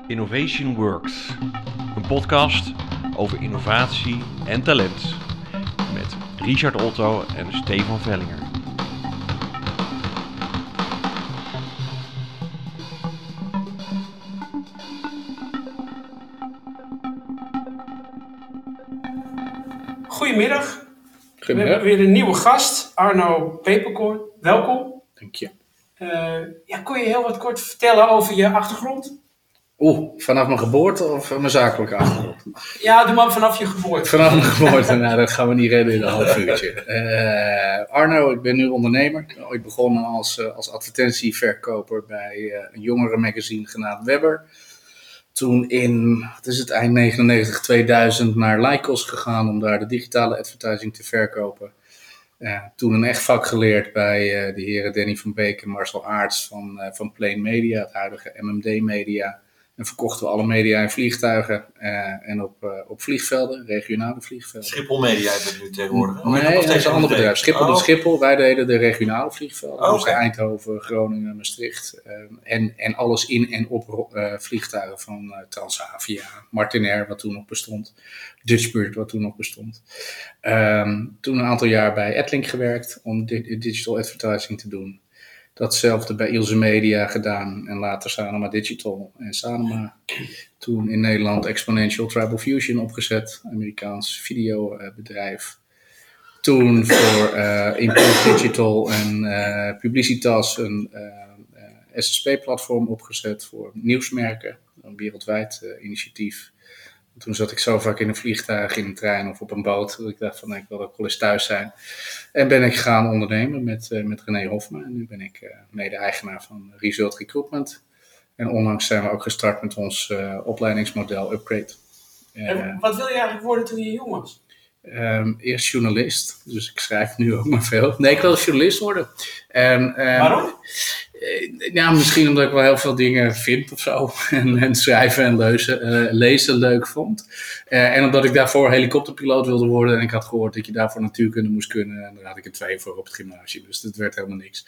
Innovation Works, een podcast over innovatie en talent met Richard Otto en Stefan Vellinger. Goedemiddag. Goedemiddag. We hebben weer een nieuwe gast, Arno Peperkoorn. Welkom. Dank je. Kon je heel wat kort vertellen over je achtergrond? Vanaf mijn geboorte of mijn zakelijke achtergrond? Ja, doe maar vanaf je geboorte. Vanaf mijn geboorte, nou dat gaan we niet redden in een half uurtje. Arno, ik ben nu ondernemer. Ik ben ooit begonnen als advertentieverkoper bij een jongerenmagazine genaamd Webber. Toen in, eind 99, 2000 naar Lycos gegaan om daar de digitale advertising te verkopen. Toen een echt vak geleerd bij de heren Danny van Beek en Marcel Aarts van Plain Media, het huidige MMD Media. En verkochten we alle media in vliegtuigen en op vliegvelden, regionale vliegvelden. Schiphol Media hebben we nu tegenwoordig. Nee, dat is een ander bedrijf. Schiphol, wij deden de regionale vliegvelden. Oh, dus Eindhoven, Groningen, Maastricht. En alles in en op vliegtuigen van Transavia, Martinair, wat toen nog bestond. Dutchbird, wat toen nog bestond. Toen een aantal jaar bij Adlink gewerkt om digital advertising te doen. Datzelfde bij Ilse Media gedaan en later Sanoma Digital en Sanoma. Toen in Nederland Exponential Tribal Fusion opgezet, Amerikaans videobedrijf. Toen voor Impulse Digital en Publicitas een SSP-platform opgezet voor nieuwsmerken, een wereldwijd initiatief. Toen zat ik zo vaak in een vliegtuig, in een trein of op een boot, dat ik dacht van ik wil ook wel eens thuis zijn. En ben ik gaan ondernemen met René Hofma. En nu ben ik mede-eigenaar van Result Recruitment. En onlangs zijn we ook gestart met ons opleidingsmodel Upgrade. En wat wil je eigenlijk worden toen je jong was? Eerst journalist, dus ik schrijf nu ook maar veel. Nee, ik wil journalist worden. Waarom? Ja, misschien omdat ik wel heel veel dingen vind of zo. En schrijven en lezen leuk vond. En omdat ik daarvoor helikopterpiloot wilde worden. En ik had gehoord dat je daarvoor natuurkunde moest kunnen. En daar had ik er 2 voor op het gymnasium. Dus dat werd helemaal niks.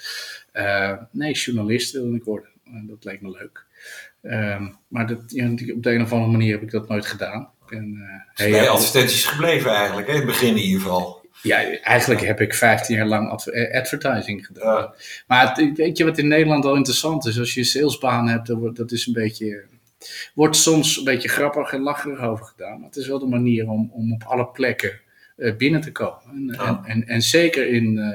Nee, journalist wilde ik worden. Dat leek me leuk. Maar op de een of andere manier heb ik dat nooit gedaan. Bij advertenties gebleven eigenlijk, in het begin in ieder geval. Ja, eigenlijk heb ik 15 jaar lang advertising gedaan. Ja. Maar weet je wat in Nederland wel interessant is? Als je een salesbaan hebt, dat is wordt soms een beetje grappig en lacherig over gedaan. Maar het is wel de manier om op alle plekken binnen te komen. En zeker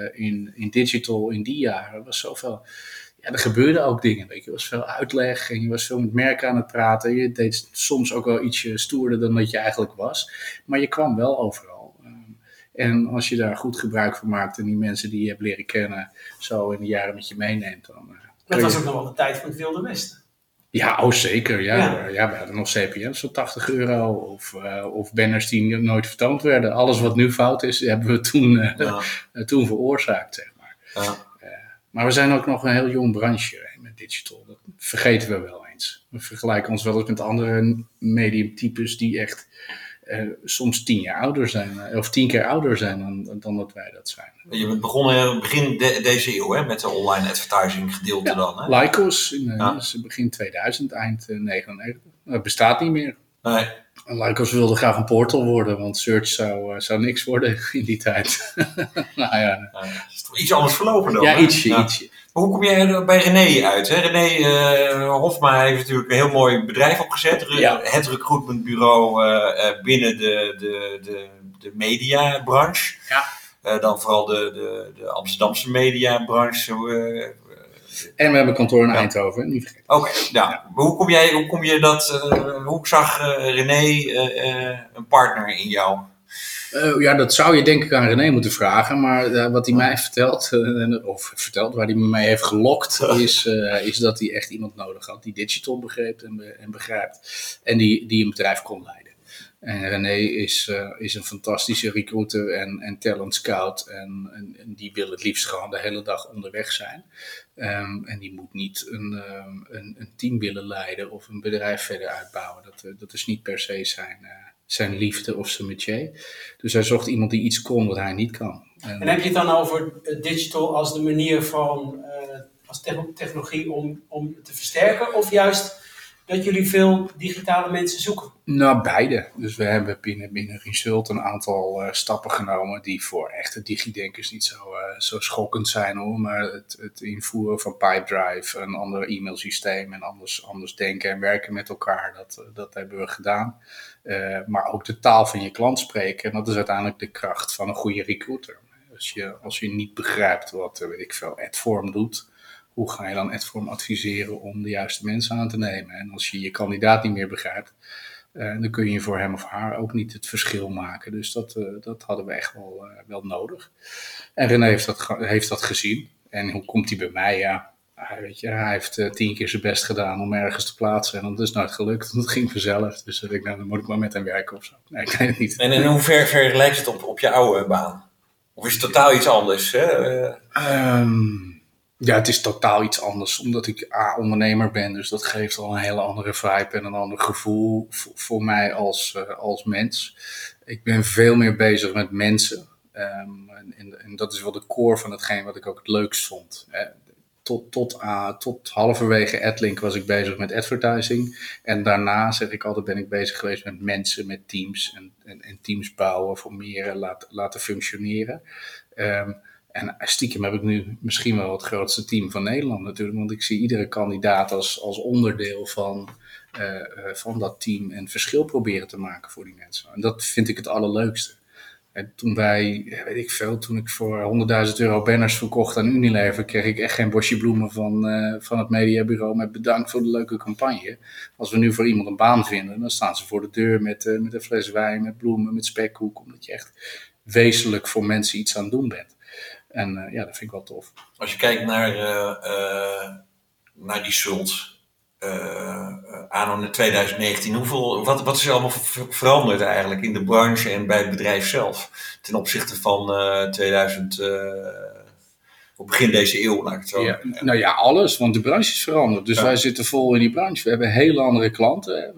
in digital in die jaren was zoveel. Ja, er gebeurden ook dingen, weet je. Er was veel uitleg en je was veel met merken aan het praten. Je deed soms ook wel ietsje stoerder dan dat je eigenlijk was. Maar je kwam wel overal. En als je daar goed gebruik van maakt en die mensen die je hebt leren kennen zo in de jaren met je meeneemt, dan... Dat was ook nog wel de tijd van het Wilde Westen. Ja, zeker. Ja, we hadden nog CPM's van €80 of banners die nooit vertoond werden. Alles wat nu fout is, hebben we toen veroorzaakt, zeg maar. Ja. Maar we zijn ook nog een heel jong branche met digital. Dat vergeten we wel eens. We vergelijken ons wel eens met andere mediumtypes die echt soms 10 jaar ouder zijn. Of 10 keer ouder zijn dan dat wij dat zijn. Je bent begonnen begin deze eeuw, hè, met de online advertising gedeelte dan. Hè? Lycos in begin 2000, eind 99. Dat bestaat niet meer. Nee. En Lycos wilde graag een portal worden, want search zou niks worden in die tijd. Nou ja. Is toch iets anders verlopen dan? Ja, hè? ietsje. Maar hoe kom jij bij René uit? Hè? René Hofma heeft natuurlijk een heel mooi bedrijf opgezet. Het recruitmentbureau binnen de mediabranche. Ja. Dan vooral de Amsterdamse mediabranche. En we hebben kantoor in Eindhoven, niet vergeten. Oké, nou, ja. Maar hoe zag René een partner in jou? Dat zou je denk ik aan René moeten vragen, maar wat hij mij vertelt, waar hij me mee heeft gelokt, is dat hij echt iemand nodig had die digital begreep en begrijpt en die een bedrijf kon leiden. En René is een fantastische recruiter en talent scout en die wil het liefst gewoon de hele dag onderweg zijn. En die moet niet een team willen leiden of een bedrijf verder uitbouwen. Dat is niet per se zijn liefde of zijn métier. Dus hij zocht iemand die iets kon wat hij niet kan. En heb je het dan over digital als de manier van als technologie om te versterken of juist dat jullie veel digitale mensen zoeken? Nou, beide. Dus we hebben binnen Result een aantal stappen genomen die voor echte digidenkers niet zo schokkend zijn hoor. Maar het invoeren van Pipedrive, een ander e-mailsysteem en anders denken en werken met elkaar, dat hebben we gedaan. Maar ook de taal van je klant spreken. En dat is uiteindelijk de kracht van een goede recruiter. Als je niet begrijpt wat, weet ik veel, Adform doet, hoe ga je dan Adform adviseren om de juiste mensen aan te nemen? En als je je kandidaat niet meer begrijpt, dan kun je voor hem of haar ook niet het verschil maken. Dus dat hadden we echt wel nodig. En René heeft dat gezien. En hoe komt hij bij mij? Ja, hij heeft 10 keer zijn best gedaan om ergens te plaatsen. En dat is nooit gelukt. Dat ging vanzelf. Dus dan moet ik maar met hem werken of zo. Nee, ik weet het niet. En in hoeverre lijkt het op je oude baan? Of is het totaal iets anders? Hè? Ja, het is totaal iets anders, omdat ik ondernemer ben. Dus dat geeft al een hele andere vibe en een ander gevoel voor mij als mens. Ik ben veel meer bezig met mensen. En dat is wel de core van hetgeen wat ik ook het leukst vond. Tot halverwege AdLink was ik bezig met advertising. En daarna, zeg ik altijd, ben ik bezig geweest met mensen, met teams. En teams bouwen, formeren, laten functioneren. En stiekem heb ik nu misschien wel het grootste team van Nederland natuurlijk. Want ik zie iedere kandidaat als onderdeel van dat team en verschil proberen te maken voor die mensen. En dat vind ik het allerleukste. En toen ik voor €100.000 banners verkocht aan Unilever, kreeg ik echt geen bosje bloemen van het mediabureau met bedankt voor de leuke campagne. Als we nu voor iemand een baan vinden, dan staan ze voor de deur met een fles wijn, met bloemen, met spekkoek. Omdat je echt wezenlijk voor mensen iets aan het doen bent. En dat vind ik wel tof. Als je kijkt naar die Sult, anno 2019, wat is er allemaal veranderd eigenlijk in de branche en bij het bedrijf zelf? Ten opzichte van 2000, op begin deze eeuw, laat ik het zo zeggen. Nou ja, alles, want de branche is veranderd. Dus wij zitten vol in die branche. We hebben hele andere klanten.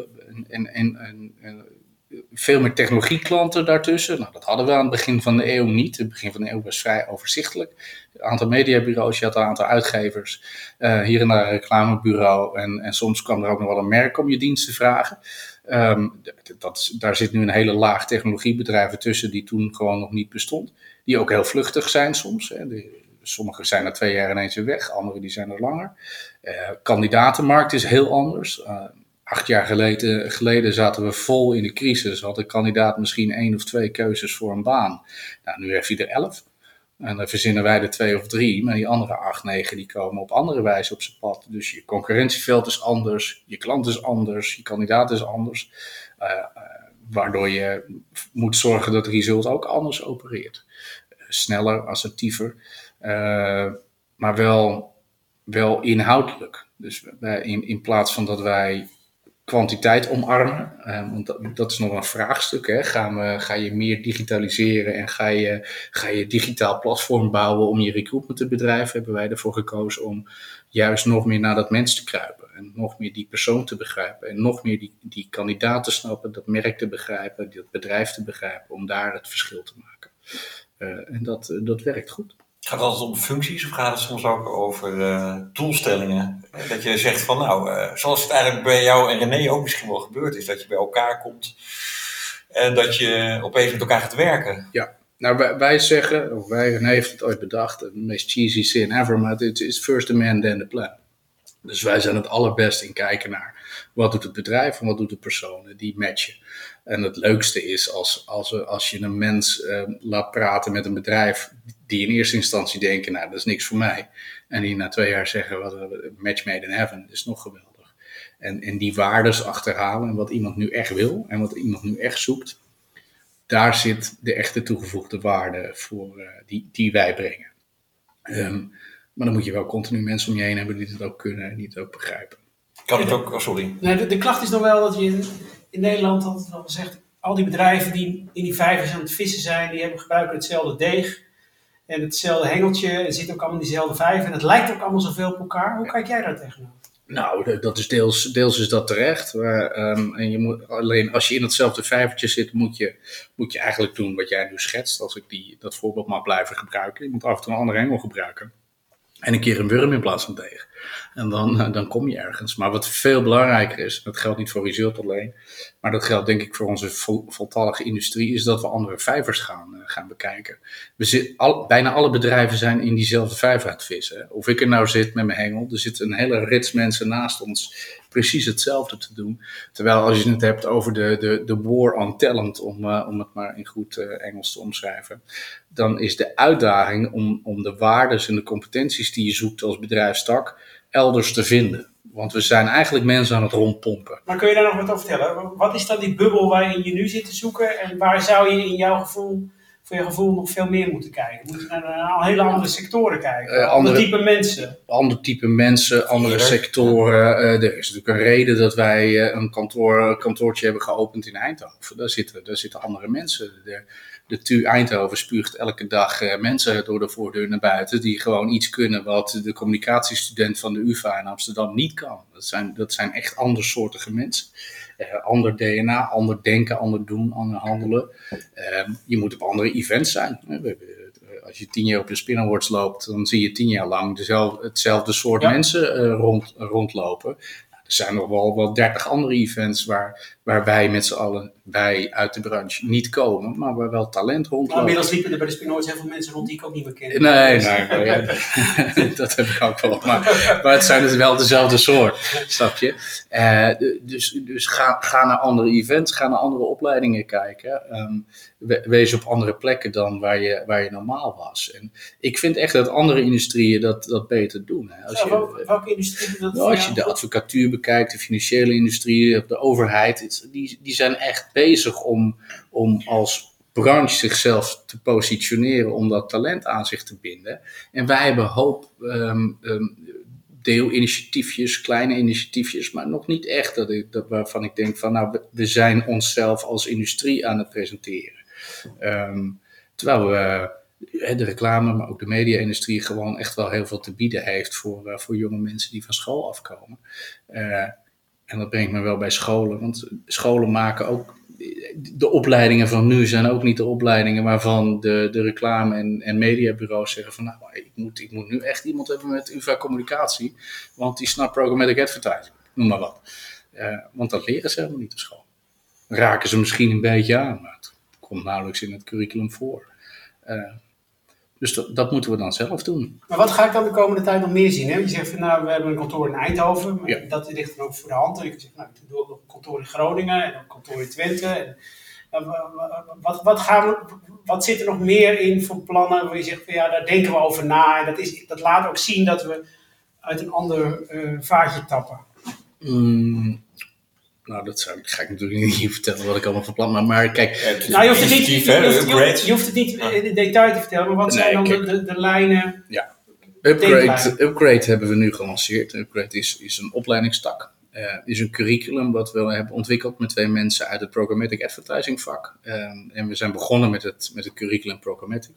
En veel meer technologieklanten daartussen. Nou, dat hadden we aan het begin van de eeuw niet. Het begin van de eeuw was vrij overzichtelijk. Een aantal mediabureaus, je had een aantal uitgevers. Hier en daar een reclamebureau. En soms kwam er ook nog wel een merk om je dienst te vragen. Daar zit nu een hele laag technologiebedrijven tussen die toen gewoon nog niet bestond. Die ook heel vluchtig zijn soms. Sommigen zijn er 2 jaar ineens weer weg. Anderen die zijn er langer. Kandidatenmarkt is heel anders. 8 jaar geleden zaten we vol in de crisis. Had een kandidaat misschien 1 of 2 keuzes voor een baan. Nou, nu heeft hij er 11. En dan verzinnen wij er 2 of 3. Maar die andere 8, 9 die komen op andere wijze op zijn pad. Dus je concurrentieveld is anders. Je klant is anders. Je kandidaat is anders. Waardoor je moet zorgen dat Result ook anders opereert. Sneller, assertiever. Maar wel inhoudelijk. Dus in plaats van dat wij kwantiteit omarmen, want dat is nog een vraagstuk. Hè? Ga je meer digitaliseren en ga je digitaal platform bouwen om je recruitment te bedrijven? Hebben wij ervoor gekozen om juist nog meer naar dat mens te kruipen en nog meer die persoon te begrijpen en nog meer die kandidaat te snappen, dat merk te begrijpen, dat bedrijf te begrijpen, om daar het verschil te maken. En dat werkt goed. Gaat het altijd om functies of gaat het soms ook over doelstellingen? Dat je zegt van zoals het eigenlijk bij jou en René ook misschien wel gebeurd is, dat je bij elkaar komt en dat je opeens met elkaar gaat werken. Ja, nou wij zeggen, of René heeft het ooit bedacht, de meest cheesy zin ever, maar het is first the man, then the plan. Dus wij zijn het allerbest in kijken naar wat doet het bedrijf en wat doet de persoon, die matchen. En het leukste is als je een mens laat praten met een bedrijf die in eerste instantie denken, nou dat is niks voor mij. En die na 2 jaar zeggen, wat match made in heaven, dat is nog geweldig. En die waardes achterhalen en wat iemand nu echt wil en wat iemand nu echt zoekt. Daar zit de echte toegevoegde waarde voor die wij brengen. Maar dan moet je wel continu mensen om je heen hebben die het ook kunnen en die het ook begrijpen. Kan het ook, sorry. Nee, de klacht is nog wel dat je in Nederland altijd wel zegt, al die bedrijven die in die vijvers aan het vissen zijn, die gebruiken hetzelfde deeg en hetzelfde hengeltje en zitten ook allemaal in diezelfde vijver en het lijkt ook allemaal zoveel op elkaar. Hoe kijk jij daar tegenaan? Nou, dat is deels is dat terecht. En je moet, alleen als je in hetzelfde vijvertje zit, moet je eigenlijk doen wat jij nu schetst. Als ik dat voorbeeld mag blijven gebruiken. Je moet af en toe een andere hengel gebruiken. En een keer een wurm in plaats van deeg. En dan kom je ergens. Maar wat veel belangrijker is, dat geldt niet voor Result alleen, maar dat geldt denk ik voor onze voltallige industrie, is dat we andere vijvers gaan bekijken. Bijna alle bedrijven zijn in diezelfde vijver aan het vissen. Of ik er nou zit met mijn hengel, er zit een hele rits mensen naast ons precies hetzelfde te doen. Terwijl als je het hebt over de war on talent, om het maar in goed Engels te omschrijven, dan is de uitdaging om de waardes en de competenties die je zoekt als bedrijfstak elders te vinden. Want we zijn eigenlijk mensen aan het rondpompen. Maar kun je daar nog wat over vertellen? Wat is dan die bubbel waarin je nu zit te zoeken? En waar zou je in jouw gevoel, voor je gevoel, nog veel meer moeten kijken? Moet je naar hele andere sectoren kijken? Andere type mensen? Ander type mensen, andere sectoren. Er is natuurlijk een reden dat wij een kantoortje hebben geopend in Eindhoven. Daar zitten andere mensen. De TU Eindhoven spuugt elke dag mensen door de voordeur naar buiten die gewoon iets kunnen wat de communicatiestudent van de UvA in Amsterdam niet kan. Dat zijn echt andersoortige mensen. Ander DNA, ander denken, ander doen, ander handelen. Je moet op andere events zijn. Als je 10 jaar op de Spin Awards loopt, dan zie je 10 jaar lang hetzelfde soort mensen rondlopen. Er zijn nog wel 30 andere events waar wij met z'n allen, wij uit de branche, niet komen, maar waar wel talent rondlopen. Maar inmiddels liepen er bij de Spin Awards heel veel mensen rond die ik ook niet meer ken. Nee, dat heb ik ook wel. Maar het zijn dus wel dezelfde soort, snap je? Dus ga naar andere events, ga naar andere opleidingen kijken. Wees op andere plekken dan waar je normaal was. En ik vind echt dat andere industrieën dat beter doen. Hè. Welke industrie doet dat? Als je de advocatuur bekijkt, de financiële industrie, de overheid, die zijn echt bezig om als branche zichzelf te positioneren, om dat talent aan zich te binden. En wij hebben een hoop deelinitiatiefjes, kleine initiatiefjes, maar nog niet echt waarvan ik denk van nou, we zijn onszelf als industrie aan het presenteren. Terwijl de reclame, maar ook de media-industrie gewoon echt wel heel veel te bieden heeft voor jonge mensen die van school afkomen. En dat brengt me wel bij scholen, want scholen maken ook, de opleidingen van nu zijn ook niet de opleidingen waarvan de reclame- en mediabureaus zeggen van nou, ik moet nu echt iemand hebben met UvA communicatie, want die snapt programmatic advertising, noem maar wat. Want dat leren ze helemaal niet op school. Raken ze misschien een beetje aan, maar het komt nauwelijks in het curriculum voor. Dus dat moeten we dan zelf doen. Maar wat ga ik dan de komende tijd nog meer zien? Hè? Je zegt van nou, we hebben een kantoor in Eindhoven, maar Ja. dat ligt dan ook voor de hand. En je zegt nou, ik doe ook nog een kantoor in Groningen en een kantoor in Twente. Wat zit er nog meer in voor plannen waar je zegt van ja, daar denken we over na. En dat laat ook zien dat we uit een ander vaatje tappen. Nou, dat ga ik natuurlijk niet vertellen wat ik allemaal van plan ben. Maar kijk, Nou, je hoeft het niet in detail te vertellen, maar wat zijn dan de lijnen? Ja. Upgrade hebben we nu gelanceerd. Upgrade is een opleidingstak. Is een curriculum wat we hebben ontwikkeld met 2 mensen uit het programmatic advertising vak. En we zijn begonnen met het curriculum programmatic.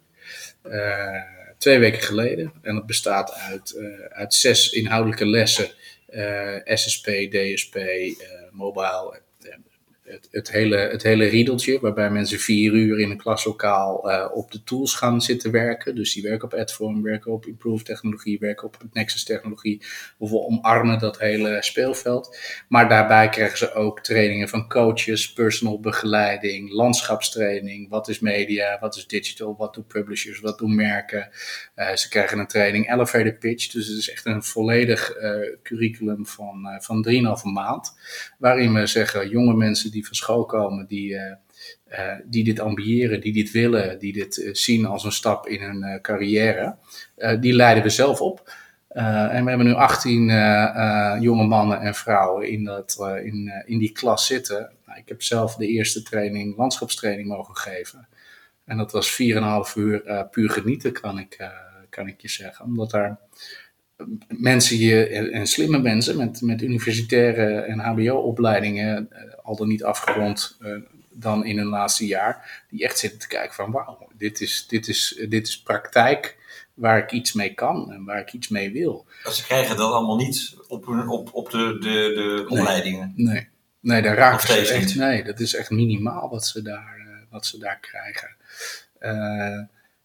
2 weken geleden. En dat bestaat uit 6 inhoudelijke lessen. SSP, DSP, mobile, het hele riedeltje, waarbij mensen 4 uur in een klaslokaal op de tools gaan zitten werken. Dus die werken op Adform, werken op Improve technologie, werken op Nexus technologie. Of we omarmen dat hele speelveld. Maar daarbij krijgen ze ook trainingen van coaches, personal begeleiding, landschapstraining. Wat is media, wat is digital, wat doen publishers, wat doen merken. Ze krijgen een training elevator pitch. Dus het is echt een volledig curriculum van 3,5 maand. Waarin we zeggen, jonge mensen die van school komen, die dit ambiëren, die dit willen, die dit zien als een stap in hun carrière, die leiden we zelf op. En we hebben nu 18 jonge mannen en vrouwen in die klas zitten. Nou, ik heb zelf de eerste landschapstraining mogen geven. En dat was 4,5 uur puur genieten, kan ik je zeggen. Omdat daar mensen en slimme mensen met universitaire en hbo-opleidingen, al dan niet afgerond dan in hun laatste jaar, die echt zitten te kijken van wauw, dit is praktijk waar ik iets mee kan en waar ik iets mee wil. Ze krijgen dat allemaal niet op de opleidingen. Nee, daar raken ze echt. Nee, dat is echt minimaal wat ze daar krijgen.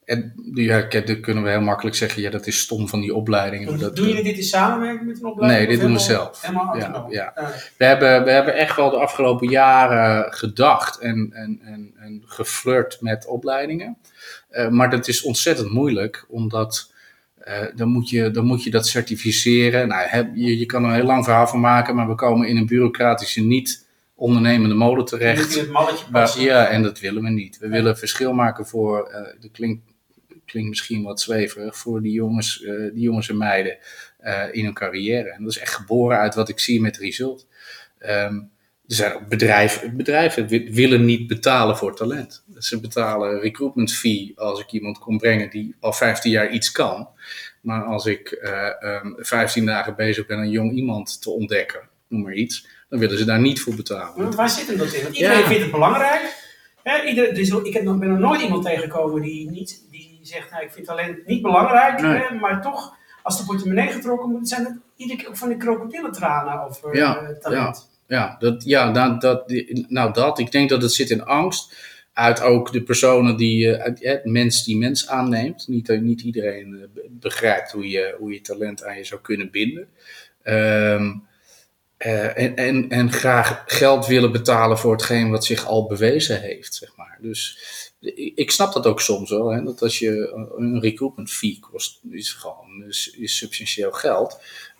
En dan kunnen we heel makkelijk zeggen, dat is stom van die opleidingen. Doen jullie dit in samenwerking met een opleiding? Nee, dit doen we zelf. Helemaal autonoom? Ja. We hebben echt wel de afgelopen jaren gedacht en geflirt met opleidingen. Maar dat is ontzettend moeilijk, omdat dan moet je dat certificeren. Nou, je kan er een heel lang verhaal van maken, maar we komen in een bureaucratische, niet ondernemende molen terecht. Dan moet je het malletje passen. Ja, en dat willen we niet. We willen verschil maken voor, dat klinkt misschien wat zweverig, voor die jongens en meiden in hun carrière. En dat is echt geboren uit wat ik zie met Result. Er zijn ook bedrijven willen niet betalen voor talent. Ze betalen een recruitment fee als ik iemand kon brengen die al 15 jaar iets kan. Maar als ik 15 dagen bezig ben een jong iemand te ontdekken, noem maar iets, dan willen ze daar niet voor betalen. Want waar zit hem dat in? Want iedereen vindt het belangrijk. Dus ik ben nog nooit iemand tegengekomen die zegt, nou, ik vind talent niet belangrijk. Nee. Maar toch, als de portemonnee getrokken moet, zijn het iedere keer ook van die krokodillentranen over talent. Ik denk dat het zit in angst. Uit ook de personen die mens aanneemt. Niet iedereen begrijpt hoe je talent aan je zou kunnen binden. En graag geld willen betalen voor hetgeen wat zich al bewezen heeft, zeg maar. Dus ik snap dat ook soms wel. Hè, dat als je een recruitment fee kost, is substantieel geld.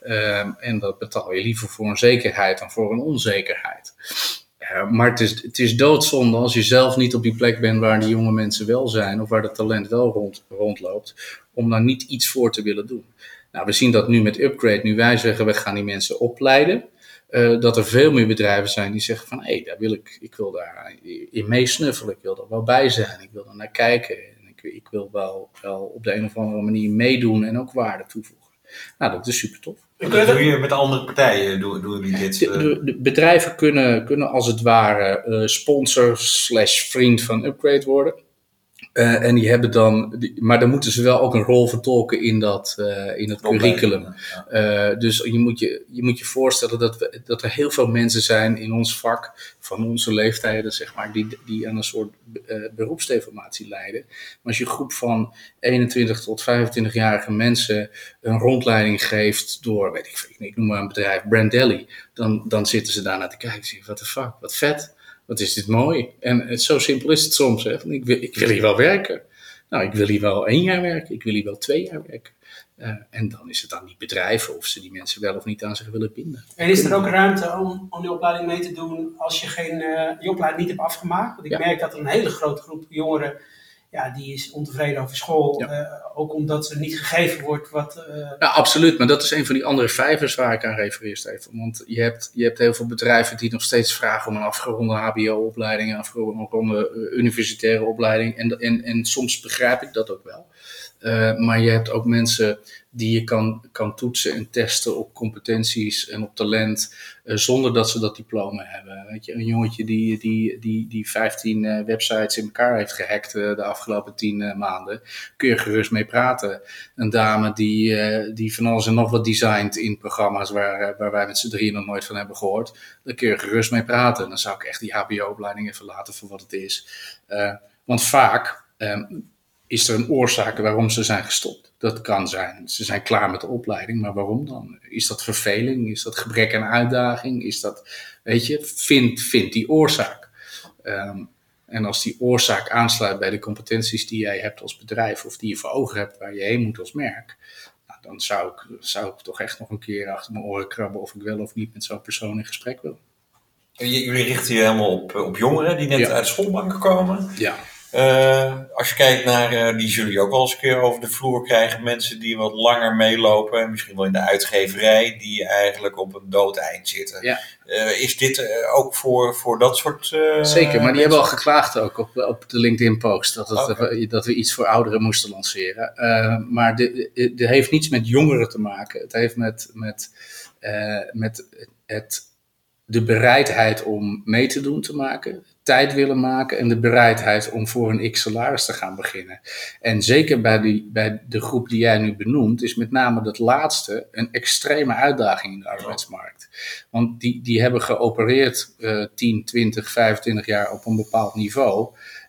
En dat betaal je liever voor een zekerheid dan voor een onzekerheid. Maar het is doodzonde als je zelf niet op die plek bent waar die jonge mensen wel zijn, of waar dat talent wel rondloopt, om daar niet iets voor te willen doen. Nou, we zien dat nu met Upgrade. Nu wij zeggen, we gaan die mensen opleiden. Dat er veel meer bedrijven zijn die zeggen van, ik wil daar in meesnuffelen, ik wil er wel bij zijn, ik wil er naar kijken. En ik wil wel op de een of andere manier meedoen en ook waarde toevoegen. Nou, dat is super tof. Dat doe je met andere partijen, doen jullie dit? De bedrijven kunnen als het ware sponsor / vriend van Upgrade worden. En die hebben maar dan moeten ze wel ook een rol vertolken in het curriculum. Dus je moet je voorstellen dat er heel veel mensen zijn in ons vak, van onze leeftijden, zeg maar, die aan een soort beroepsdeformatie lijden. Maar als je een groep van 21 tot 25-jarige mensen een rondleiding geeft door, weet ik noem maar een bedrijf, Brandelli, dan zitten ze daar naar te kijken en zeggen, what the fuck, wat vet. Wat is dit mooi. En zo simpel is het soms. Hè? Ik wil hier wel werken. Nou, ik wil hier wel 1 jaar werken. Ik wil hier wel 2 jaar werken. En dan is het aan die bedrijven of ze die mensen wel of niet aan zich willen binden. En is er ook ruimte om die opleiding mee te doen als je die opleiding niet hebt afgemaakt? Want ik merk dat er een hele grote groep jongeren, die is ontevreden over school. Ja. Ook omdat er niet gegeven wordt wat... Ja, absoluut. Maar dat is een van die andere vijvers waar ik aan refereer, Stefan. Want je hebt heel veel bedrijven die nog steeds vragen om een afgeronde hbo-opleiding, een afgeronde universitaire opleiding. En soms begrijp ik dat ook wel. Maar je hebt ook mensen die je kan toetsen en testen op competenties en op talent, zonder dat ze dat diploma hebben. Weet je, een jongetje die 15 websites in elkaar heeft gehackt de afgelopen 10 maanden, kun je gerust mee praten. Een dame die van alles en nog wat designt in programma's waar wij met z'n drieën nog nooit van hebben gehoord, daar kun je gerust mee praten. Dan zou ik echt die hbo-opleiding even laten voor wat het is. Want vaak is er een oorzaak waarom ze zijn gestopt. Dat kan zijn, ze zijn klaar met de opleiding, maar waarom dan? Is dat verveling? Is dat gebrek aan uitdaging? Is dat, vind die oorzaak. En als die oorzaak aansluit bij de competenties die jij hebt als bedrijf, of die je voor ogen hebt waar je heen moet als merk, nou, dan zou ik toch echt nog een keer achter mijn oren krabben of ik wel of niet met zo'n persoon in gesprek wil. Jullie richten je helemaal op jongeren die net uit de schoolbanken komen. Ja. Als je kijkt naar, die zullen jullie ook wel eens een keer over de vloer krijgen, mensen die wat langer meelopen, misschien wel in de uitgeverij, die eigenlijk op een dood eind zitten. Ja. Is dit ook voor dat soort Zeker, maar die hebben al geklaagd ook op de LinkedIn-post dat we iets voor ouderen moesten lanceren. Maar dit heeft niets met jongeren te maken. Het heeft met de bereidheid om mee te doen te maken, tijd willen maken en de bereidheid om voor een x-salaris te gaan beginnen. En zeker bij de groep die jij nu benoemt, is met name dat laatste een extreme uitdaging in de arbeidsmarkt. Want die hebben geopereerd 10, 20, 25 jaar op een bepaald niveau.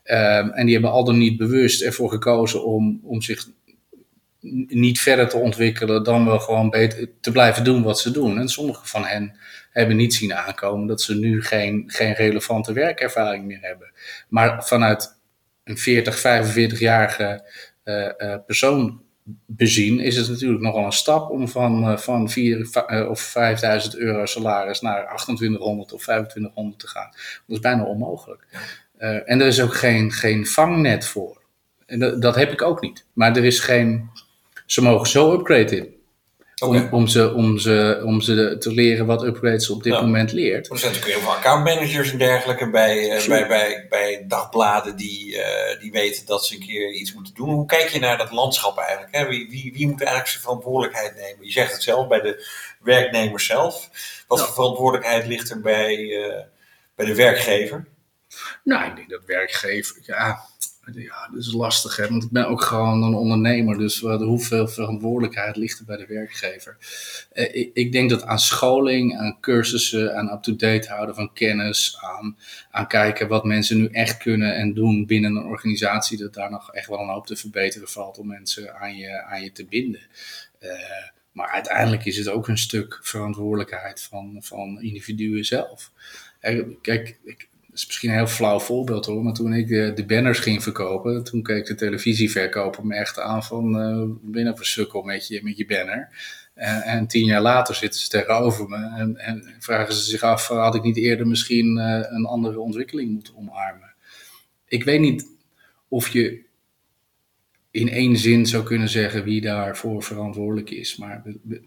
En die hebben al dan niet bewust ervoor gekozen om zich niet verder te ontwikkelen dan wel gewoon beter te blijven doen wat ze doen. En sommige van hen hebben niet zien aankomen dat ze nu geen relevante werkervaring meer hebben. Maar vanuit een 40, 45-jarige persoon bezien is het natuurlijk nogal een stap om van 4.000 of 5.000 euro salaris naar 2.800 of 2.500 te gaan. Dat is bijna onmogelijk. En er is ook geen vangnet voor. En dat heb ik ook niet. Maar er is geen... Ze mogen zo upgraden om ze te leren wat upgrades op dit moment leert. Er zijn natuurlijk heel veel accountmanagers en dergelijke bij dagbladen die weten dat ze een keer iets moeten doen. Hoe kijk je naar dat landschap eigenlijk? Hè? Wie moet eigenlijk zijn verantwoordelijkheid nemen? Je zegt het zelf, bij de werknemer zelf. Wat voor verantwoordelijkheid ligt er bij de werkgever? Nou, ik denk dat werkgever... Ja, dat is lastig, hè? Want ik ben ook gewoon een ondernemer, dus hoeveel verantwoordelijkheid ligt er bij de werkgever? Ik denk dat aan scholing, aan cursussen, aan up-to-date houden van kennis, aan kijken wat mensen nu echt kunnen en doen binnen een organisatie, dat daar nog echt wel een hoop te verbeteren valt om mensen aan je te binden. Maar uiteindelijk is het ook een stuk verantwoordelijkheid van individuen zelf. Kijk, dat is misschien een heel flauw voorbeeld hoor, maar toen ik de banners ging verkopen, toen keek de televisieverkoper me echt aan van, ben je versukkel met je banner. En 10 jaar later zitten ze tegenover me en vragen ze zich af, had ik niet eerder misschien een andere ontwikkeling moeten omarmen? Ik weet niet of je in één zin zou kunnen zeggen wie daarvoor verantwoordelijk is, maar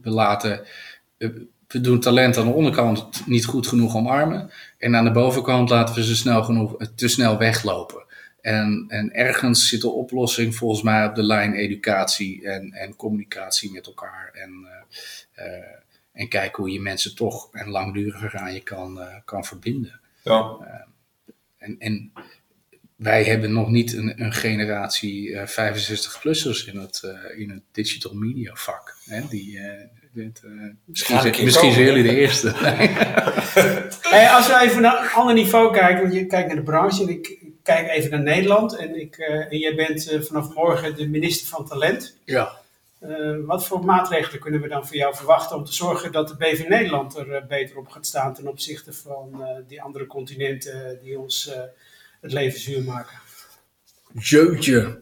we doen talent aan de onderkant niet goed genoeg omarmen. En aan de bovenkant laten we ze te snel weglopen. En ergens zit de oplossing volgens mij op de lijn educatie en communicatie met elkaar. En kijken hoe je mensen toch en langduriger aan je kan verbinden. Ja. En wij hebben nog niet een generatie 65-plussers in het digital media vak. Hè? Misschien zijn jullie de eerste. Hey, als we even naar een ander niveau kijken, want je kijkt naar de branche en ik kijk even naar Nederland. En jij bent vanaf morgen de minister van Talent. Ja. Wat voor maatregelen kunnen we dan voor jou verwachten om te zorgen dat de BV Nederland er beter op gaat staan ten opzichte van die andere continenten die ons het leven zuur maken? Jeutje.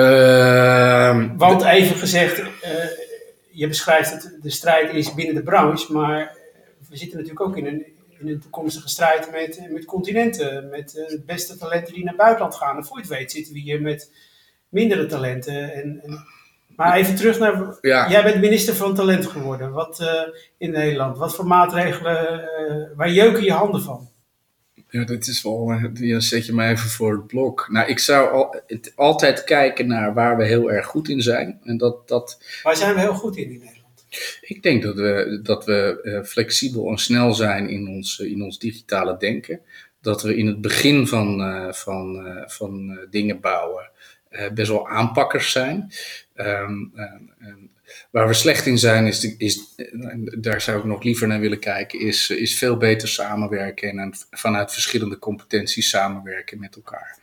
Want even gezegd, je beschrijft het, de strijd is binnen de branche, maar we zitten natuurlijk ook in een toekomstige strijd met continenten, met de beste talenten die naar het buitenland gaan. En voor je het weet zitten we hier met mindere talenten. Maar even terug naar, jij bent minister van Talent geworden in Nederland. Wat voor maatregelen, waar jeuken je handen van? Ja, dat is wel, dan zet je me even voor het blok. Nou, ik zou altijd kijken naar waar we heel erg goed in zijn. En waar zijn we heel goed in Nederland? Ik denk dat we flexibel en snel zijn in ons digitale denken. Dat we in het begin van dingen bouwen best wel aanpakkers zijn. Waar we slecht in zijn, daar zou ik nog liever naar willen kijken, is veel beter samenwerken en vanuit verschillende competenties samenwerken met elkaar.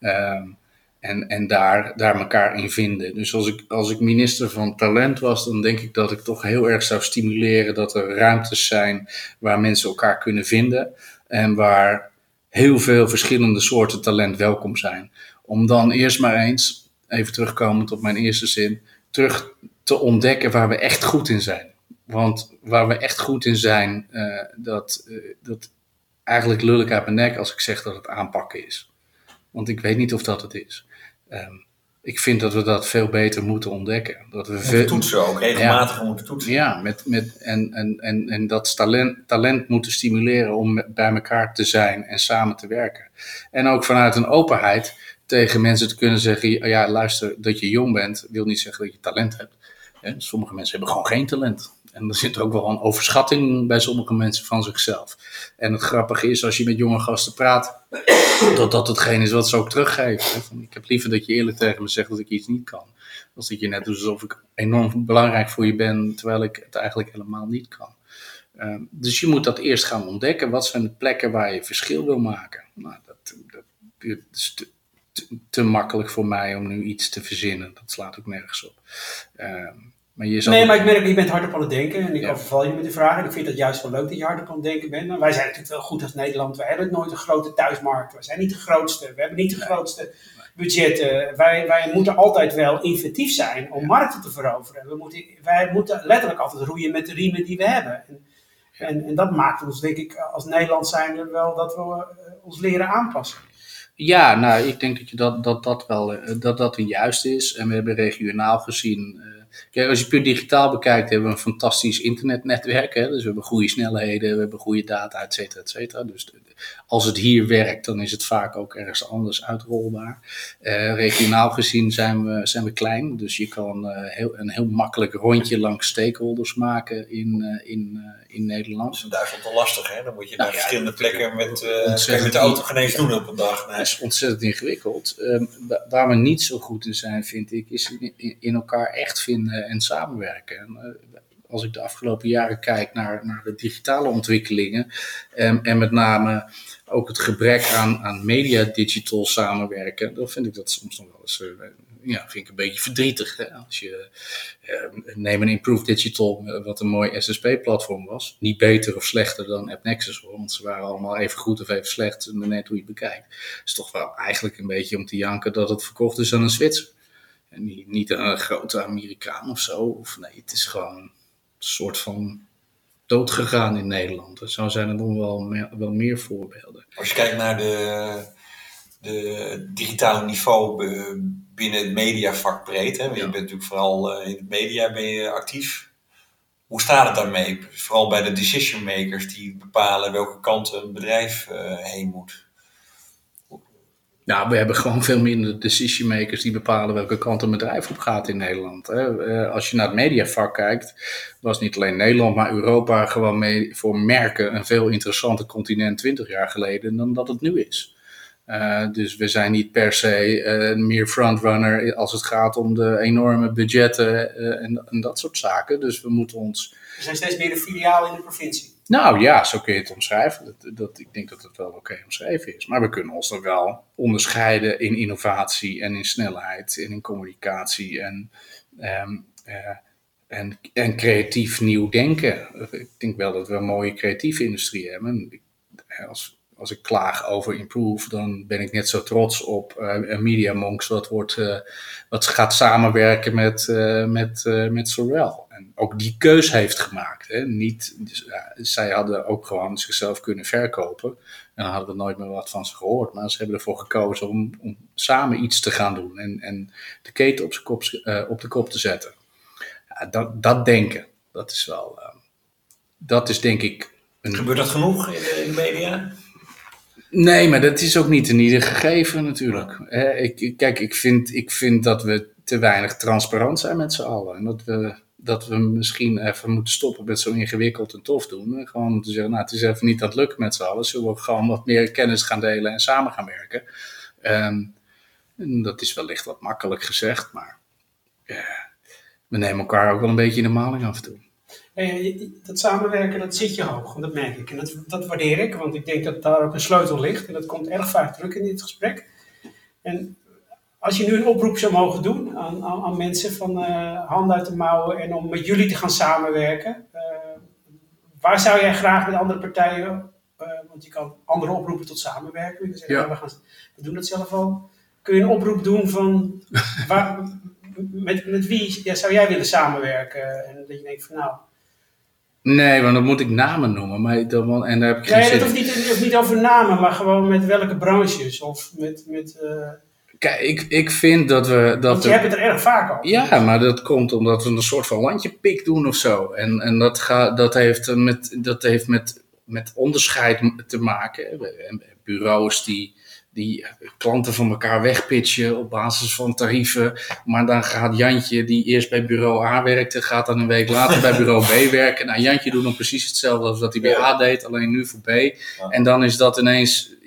En daar elkaar in vinden. Dus als ik minister van Talent was, dan denk ik dat ik toch heel erg zou stimuleren dat er ruimtes zijn waar mensen elkaar kunnen vinden en waar heel veel verschillende soorten talent welkom zijn. Om dan eerst maar eens, even terugkomend op mijn eerste zin, terug te ontdekken waar we echt goed in zijn. Want waar we echt goed in zijn, dat eigenlijk lul ik uit mijn nek als ik zeg dat het aanpakken is. Want ik weet niet of dat het is. Ik vind dat we dat veel beter moeten ontdekken. Dat we toetsen ook, regelmatig moeten toetsen. Ja, en dat talent moeten stimuleren om bij elkaar te zijn en samen te werken. En ook vanuit een openheid tegen mensen te kunnen zeggen, ja luister, dat je jong bent, wil niet zeggen dat je talent hebt. Sommige mensen hebben gewoon geen talent. En er zit ook wel een overschatting bij sommige mensen van zichzelf. En het grappige is, als je met jonge gasten praat, dat hetgeen is wat ze ook teruggeven. Ik heb liever dat je eerlijk tegen me zegt dat ik iets niet kan. Als dat je net doet alsof ik enorm belangrijk voor je ben, terwijl ik het eigenlijk helemaal niet kan. Dus je moet dat eerst gaan ontdekken. Wat zijn de plekken waar je verschil wil maken? Nou, te makkelijk voor mij om nu iets te verzinnen. Dat slaat ook nergens op. Maar ik merk, je bent hard op aan het denken. En ik overval je met de vragen. Ik vind het juist wel leuk dat je hard op aan het denken bent. Maar wij zijn natuurlijk wel goed als Nederland. Wij hebben nooit een grote thuismarkt. We zijn niet de grootste. We hebben niet de grootste budgetten. Wij moeten altijd wel inventief zijn om markten te veroveren. Wij moeten letterlijk altijd roeien met de riemen die we hebben. En dat maakt ons, denk ik, als Nederland zijn wel dat we ons leren aanpassen. Ja, nou, ik denk dat het juist is. En we hebben regionaal gezien. Kijk, als je puur digitaal bekijkt, hebben we een fantastisch internetnetwerk. Hè? Dus we hebben goede snelheden, we hebben goede data, et cetera, et cetera. Dus als het hier werkt, dan is het vaak ook ergens anders uitrolbaar. Regionaal gezien zijn we klein. Dus je kan een heel makkelijk rondje langs stakeholders maken in Nederland. Dat is in Duitsland wel lastig, hè? Dan moet je naar verschillende plekken met de auto geen eens doen op een dag. Nee. Dat is ontzettend ingewikkeld. Waar we niet zo goed in zijn, vind ik, is in elkaar echt vinden en samenwerken. Als ik de afgelopen jaren kijk naar de digitale ontwikkelingen en met name ook het gebrek aan media-digital samenwerken, dan vind ik dat soms nog wel eens vind ik een beetje verdrietig. Hè? Als je neem een Improved Digital, wat een mooi SSP-platform was, niet beter of slechter dan AppNexus, want ze waren allemaal even goed of even slecht, net hoe je het bekijkt. Het is toch wel eigenlijk een beetje om te janken dat het verkocht is aan een Zwitser. En niet aan een grote Amerikaan of zo. Of nee, het is gewoon een soort van doodgegaan in Nederland. Er zo zijn er nog wel meer voorbeelden. Als je kijkt naar de digitale niveau binnen het mediavak breed. Hè? Je bent natuurlijk vooral in het media ben je actief. Hoe staat het daarmee? Vooral bij de decision makers die bepalen welke kant een bedrijf heen moet. Nou, we hebben gewoon veel minder decision makers die bepalen welke kant een bedrijf op gaat in Nederland. Hè. Als je naar het mediavak kijkt, was niet alleen Nederland, maar Europa gewoon voor merken een veel interessanter continent 20 jaar geleden dan dat het nu is. Dus we zijn niet per se meer frontrunner als het gaat om de enorme budgetten en dat soort zaken. Dus we moeten ons... Er zijn steeds meer een filiaal in de provincie. Nou ja, zo kun je het omschrijven. Ik denk dat het wel oké omschreven is. Maar we kunnen ons dan wel onderscheiden in innovatie en in snelheid en in communicatie en creatief nieuw denken. Ik denk wel dat we een mooie creatieve industrie hebben. Als ik klaag over Improve, dan ben ik net zo trots op Media Monks wat gaat samenwerken met Sorel. En ook die keus heeft gemaakt. Hè. Zij hadden ook gewoon zichzelf kunnen verkopen. En dan hadden we nooit meer wat van ze gehoord. Maar ze hebben ervoor gekozen om samen iets te gaan doen. En de keten op de kop te zetten. Ja, dat denken, dat is wel... dat is denk ik... Gebeurt dat genoeg in de media? Nee, maar dat is ook niet een ieder gegeven natuurlijk. Ik vind dat we te weinig transparant zijn met z'n allen. En dat we misschien even moeten stoppen met zo ingewikkeld en tof doen. Gewoon om te zeggen, nou, het is even niet aan het lukken met z'n allen. Zullen we gewoon wat meer kennis gaan delen en samen gaan werken. En dat is wellicht wat makkelijk gezegd, maar we nemen elkaar ook wel een beetje in de maling af en toe. Dat samenwerken, dat zit je hoog, dat merk ik. En dat waardeer ik, want ik denk dat daar ook een sleutel ligt. En dat komt erg vaak terug in dit gesprek. En als je nu een oproep zou mogen doen aan mensen van hand uit de mouwen en om met jullie te gaan samenwerken. Waar zou jij graag met andere partijen, want je kan anderen oproepen tot samenwerken. Je zeggen, we doen dat zelf al. Kun je een oproep doen van met wie zou jij willen samenwerken? En dat je denkt van nou... Nee, want dan moet ik namen noemen. En daar heb ik geen zin in. Het hoeft niet over namen, maar gewoon met welke branches of met Kijk, ik vind dat we... Want je hebt het er erg vaak over. Ja, maar dat komt omdat we een soort van landjepik doen of zo. En dat heeft met onderscheid te maken. Bureaus die klanten van elkaar wegpitchen op basis van tarieven. Maar dan gaat Jantje, die eerst bij bureau A werkte, gaat dan een week later bij bureau B werken. Nou, Jantje doet nog precies hetzelfde als dat hij bij A deed, alleen nu voor B. Ja. En dan is dat ineens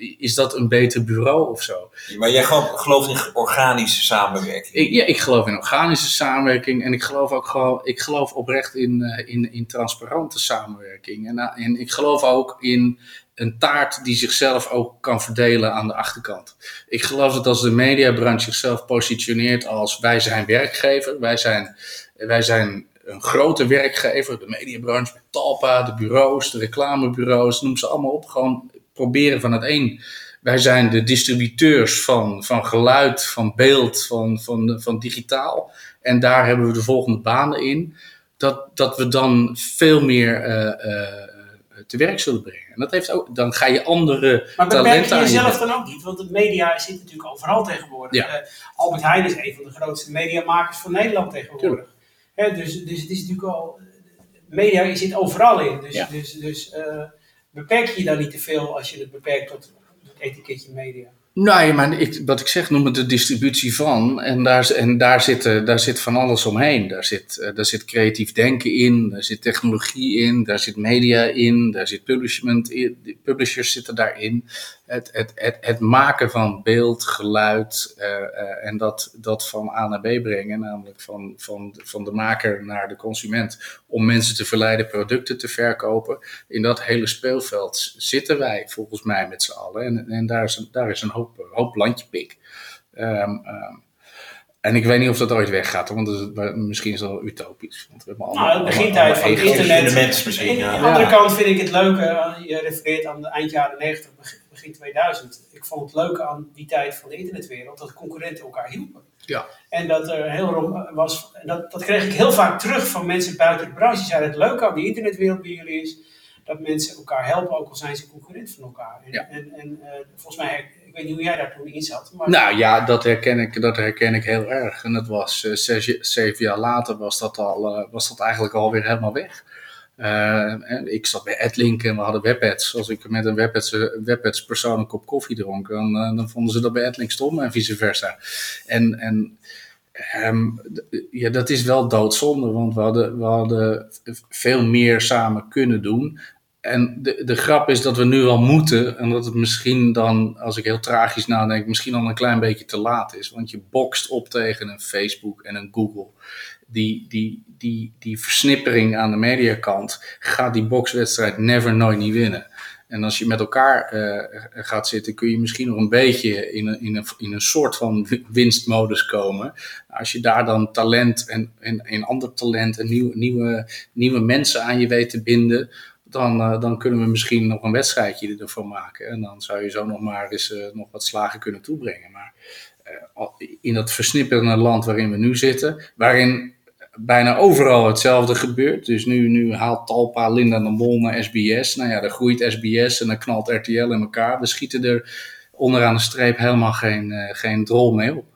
is dat een beter bureau of zo? Maar jij gelooft in organische samenwerking? Ik geloof in organische samenwerking en ik geloof oprecht in transparante samenwerking. En ik geloof ook in een taart die zichzelf ook kan verdelen aan de achterkant. Ik geloof dat als de mediabranche zichzelf positioneert als wij zijn werkgever, wij zijn een grote werkgever, de mediabranche met Talpa, de bureaus, de reclamebureaus, noem ze allemaal op. Gewoon proberen van het een. Wij zijn de distributeurs van geluid, van beeld, van digitaal. En daar hebben we de volgende banen in. Dat we dan veel meer te werk zullen brengen. En dat heeft ook, dan ga je andere maar talenten aan je jezelf dan ook niet? Want de media zit natuurlijk overal tegenwoordig. Ja. Albert Heijn is een van de grootste mediamakers van Nederland tegenwoordig. Dus het is natuurlijk al... Media zit overal in. Dus beperk je dan niet te veel als je het beperkt tot het etiketje media? Nou, maar wat ik zeg, noem het de distributie van. En daar zit van alles omheen. Daar zit creatief denken in, daar zit technologie in, daar zit media in, daar zit publishment in. De publishers zitten daarin. Het maken van beeld, geluid en dat van A naar B brengen, namelijk van de maker naar de consument, om mensen te verleiden producten te verkopen. In dat hele speelveld zitten wij volgens mij met z'n allen en daar is een hoop landjepik. En ik weet niet of dat ooit weggaat, want misschien is dat wel utopisch. Want we hebben allemaal, de begintijd van het internet. Misschien, Aan de andere kant vind ik het leuke, je refereert aan de eind jaren 90, begin 2000. Ik vond het leuke aan die tijd van de internetwereld, dat concurrenten elkaar hielpen. Ja. En dat er heel was, dat kreeg ik heel vaak terug van mensen buiten de branche. Die zeiden, het leuke aan die internetwereld bij jullie is dat mensen elkaar helpen, ook al zijn ze concurrent van elkaar. En volgens mij, ik weet niet hoe jij daar toen in zat. Maar... Nou ja, dat herken ik heel erg. En dat was 7 jaar later was dat eigenlijk alweer helemaal weg. Ik zat bij Adlink en we hadden WebAds. Als ik met een WebAds persoon een kop koffie dronk, dan vonden ze dat bij Adlink stom en vice versa. Ja, dat is wel doodzonde, want we hadden veel meer samen kunnen doen. En de grap is dat we nu al moeten, en dat het misschien dan, als ik heel tragisch nadenk, misschien al een klein beetje te laat is. Want je bokst op tegen een Facebook en een Google. Die versnippering aan de mediakant gaat die bokswedstrijd nooit niet winnen. En als je met elkaar gaat zitten, kun je misschien nog een beetje in een soort van winstmodus komen. Als je daar dan talent en ander talent en nieuwe mensen aan je weet te binden, dan kunnen we misschien nog een wedstrijdje ervan maken. En dan zou je zo nog maar eens nog wat slagen kunnen toebrengen. Maar in dat versnipperende land waarin we nu zitten, waarin bijna overal hetzelfde gebeurt. Dus nu haalt Talpa, Linda de Mol naar SBS. Nou ja, dan groeit SBS en dan knalt RTL in elkaar. We schieten er onderaan de streep helemaal geen drol mee op.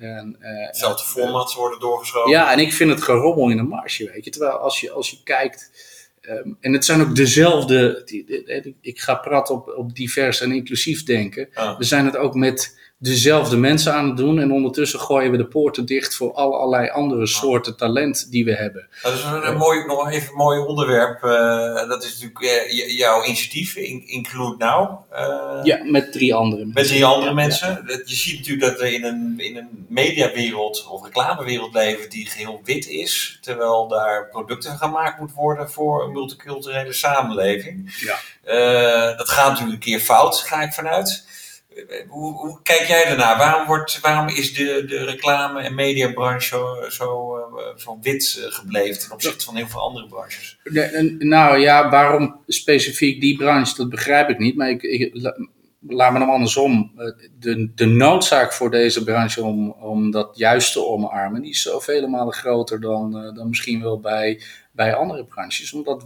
Zelfde formats worden doorgeschoven. Ja, en ik vind het gerommel in de marge, weet je. Terwijl als je kijkt... en het zijn ook dezelfde... Ik ga praten op divers en inclusief denken. We zijn het ook met dezelfde mensen aan het doen. En ondertussen gooien we de poorten dicht voor allerlei andere soorten talent die we hebben. Dat is nog even een mooi onderwerp. Dat is natuurlijk jouw initiatief, Include Now. Ja, met 3 andere mensen. Met 3 andere mensen. Ja. Je ziet natuurlijk dat we in een mediawereld of reclamewereld leven die geheel wit is. Terwijl daar producten gemaakt moeten worden voor een multiculturele samenleving. Ja. Dat gaat natuurlijk een keer fout, ga ik vanuit. Hoe kijk jij daarnaar? Waarom is de reclame- en mediabranche zo wit gebleven ten opzichte van heel veel andere branches? Nou ja, waarom specifiek die branche, dat begrijp ik niet. Maar laat me dan andersom. De noodzaak voor deze branche om dat juist te omarmen, die is zo vele malen groter dan misschien wel bij andere branches. Omdat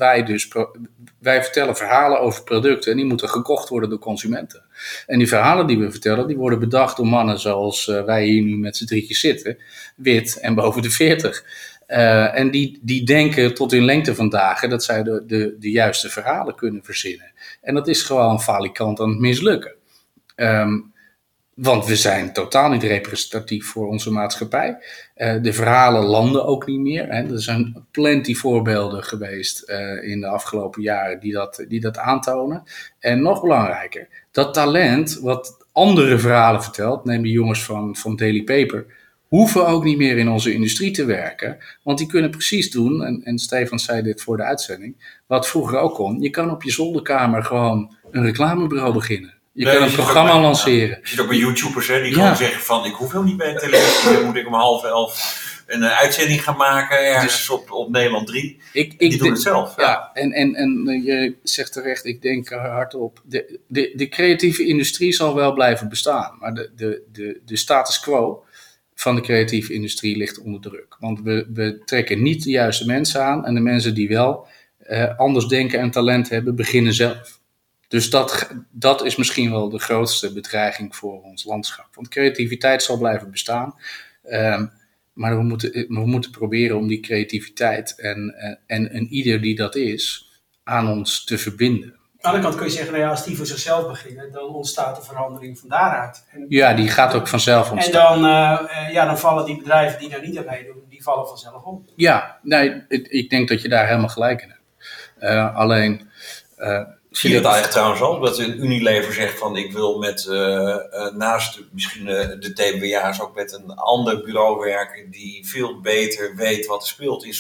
wij vertellen verhalen over producten en die moeten gekocht worden door consumenten. En die verhalen die we vertellen, die worden bedacht door mannen zoals wij hier nu met z'n drietjes zitten. Wit en boven de 40. En die denken tot in lengte van dagen dat zij de juiste verhalen kunnen verzinnen. En dat is gewoon falikant aan het mislukken. Want we zijn totaal niet representatief voor onze maatschappij. De verhalen landen ook niet meer. Hè. Er zijn plenty voorbeelden geweest in de afgelopen jaren die dat aantonen. En nog belangrijker, dat talent wat andere verhalen vertelt, neem de jongens van Daily Paper, hoeven ook niet meer in onze industrie te werken. Want die kunnen precies doen, en Stefan zei dit voor de uitzending, wat vroeger ook kon. Je kan op je zolderkamer gewoon een reclamebureau beginnen. Je kan een programma lanceren. Je ziet ook bij YouTubers die gewoon zeggen van, ik hoef helemaal niet bij een televisie, dan moet ik om 10:30 een uitzending gaan maken ergens op Nederland 3. Die doen het zelf. Ja, en je zegt terecht, ik denk hardop, de creatieve industrie zal wel blijven bestaan, maar de status quo van de creatieve industrie ligt onder druk. Want we trekken niet de juiste mensen aan en de mensen die wel anders denken en talent hebben, beginnen zelf. Dus dat is misschien wel de grootste bedreiging voor ons landschap. Want creativiteit zal blijven bestaan. Maar we moeten proberen om die creativiteit en een ieder die dat is, aan ons te verbinden. Aan de andere kant kun je zeggen, als die voor zichzelf beginnen, dan ontstaat de verandering van daaruit. Ja, die gaat ook vanzelf ontstaan. En dan vallen die bedrijven die daar niet aan meedoen, die vallen vanzelf om. Ja, nee, ik denk dat je daar helemaal gelijk in hebt. Alleen... Zie je het eigenlijk trouwens al? Dat een Unilever zegt van ik wil met naast misschien de TBA's ook met een ander bureau werken die veel beter weet wat er speelt in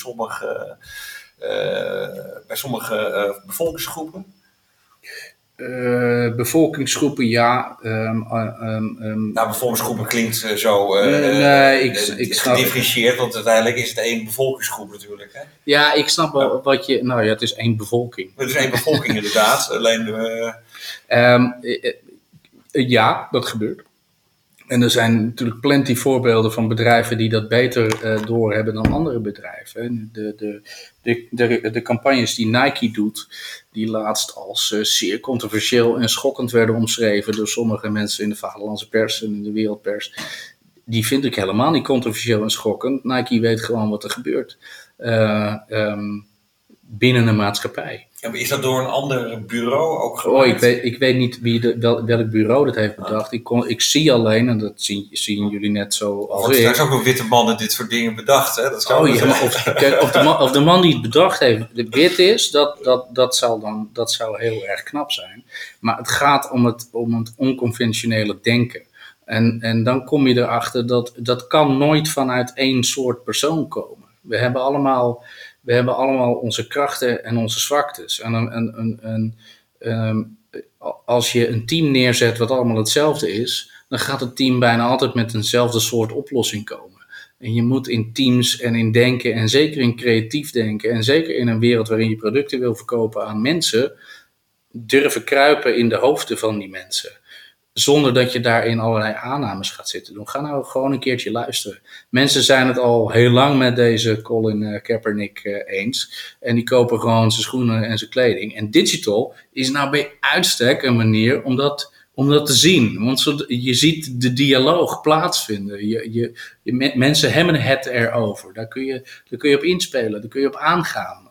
bij sommige bevolkingsgroepen? Bevolkingsgroepen, ja. Bevolkingsgroepen klinkt zo ik snap gedifferentieerd, want uiteindelijk is het één bevolkingsgroep natuurlijk. Hè? Ja, ik snap wel wat je... Nou ja, het is één bevolking. Het is één bevolking inderdaad, alleen... ja, dat gebeurt. En er zijn natuurlijk plenty voorbeelden van bedrijven die dat beter doorhebben dan andere bedrijven. De campagnes die Nike doet, die laatst als zeer controversieel en schokkend werden omschreven door sommige mensen in de vaderlandse pers en in de wereldpers, die vind ik helemaal niet controversieel en schokkend. Nike weet gewoon wat er gebeurt binnen een maatschappij. Ja, maar is dat door een ander bureau ook gemaakt? Ik weet niet welk bureau dat heeft bedacht. Ik zie alleen, en dat zien jullie net zo als ik. Er zijn ook nog witte mannen dit soort dingen bedacht. Hè? Dat maar of de man die het bedacht heeft wit is, dat zou heel erg knap zijn. Maar het gaat om het onconventionele denken. En dan kom je erachter dat kan nooit vanuit één soort persoon komen. We hebben allemaal onze krachten en onze zwaktes. Als je een team neerzet wat allemaal hetzelfde is, dan gaat het team bijna altijd met eenzelfde soort oplossing komen. En je moet in teams en in denken, en zeker in creatief denken, en zeker in een wereld waarin je producten wil verkopen aan mensen, durven kruipen in de hoofden van die mensen. Zonder dat je daarin allerlei aannames gaat zitten doen. Ga nou gewoon een keertje luisteren. Mensen zijn het al heel lang met deze Colin Kaepernick eens. En die kopen gewoon zijn schoenen en zijn kleding. En digital is nou bij uitstek een manier om dat te zien. Want je ziet de dialoog plaatsvinden. Mensen hebben het erover. Daar kun je op inspelen. Daar kun je op aangaan.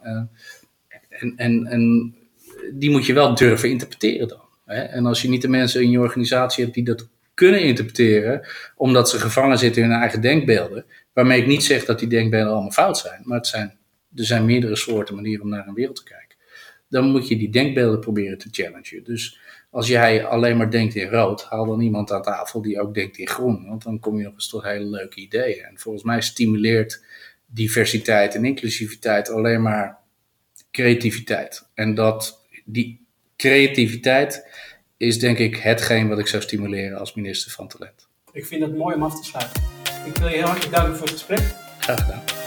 En die moet je wel durven interpreteren dan. En als je niet de mensen in je organisatie hebt die dat kunnen interpreteren, omdat ze gevangen zitten in hun eigen denkbeelden, waarmee ik niet zeg dat die denkbeelden allemaal fout zijn, maar er zijn meerdere soorten manieren om naar een wereld te kijken. Dan moet je die denkbeelden proberen te challengen. Dus als jij alleen maar denkt in rood, haal dan iemand aan tafel die ook denkt in groen, want dan kom je nog eens tot hele leuke ideeën. En volgens mij stimuleert diversiteit en inclusiviteit alleen maar creativiteit. En die creativiteit is denk ik hetgeen wat ik zou stimuleren als minister van Talent. Ik vind het mooi om af te sluiten. Ik wil je heel hartelijk danken voor het gesprek. Graag gedaan.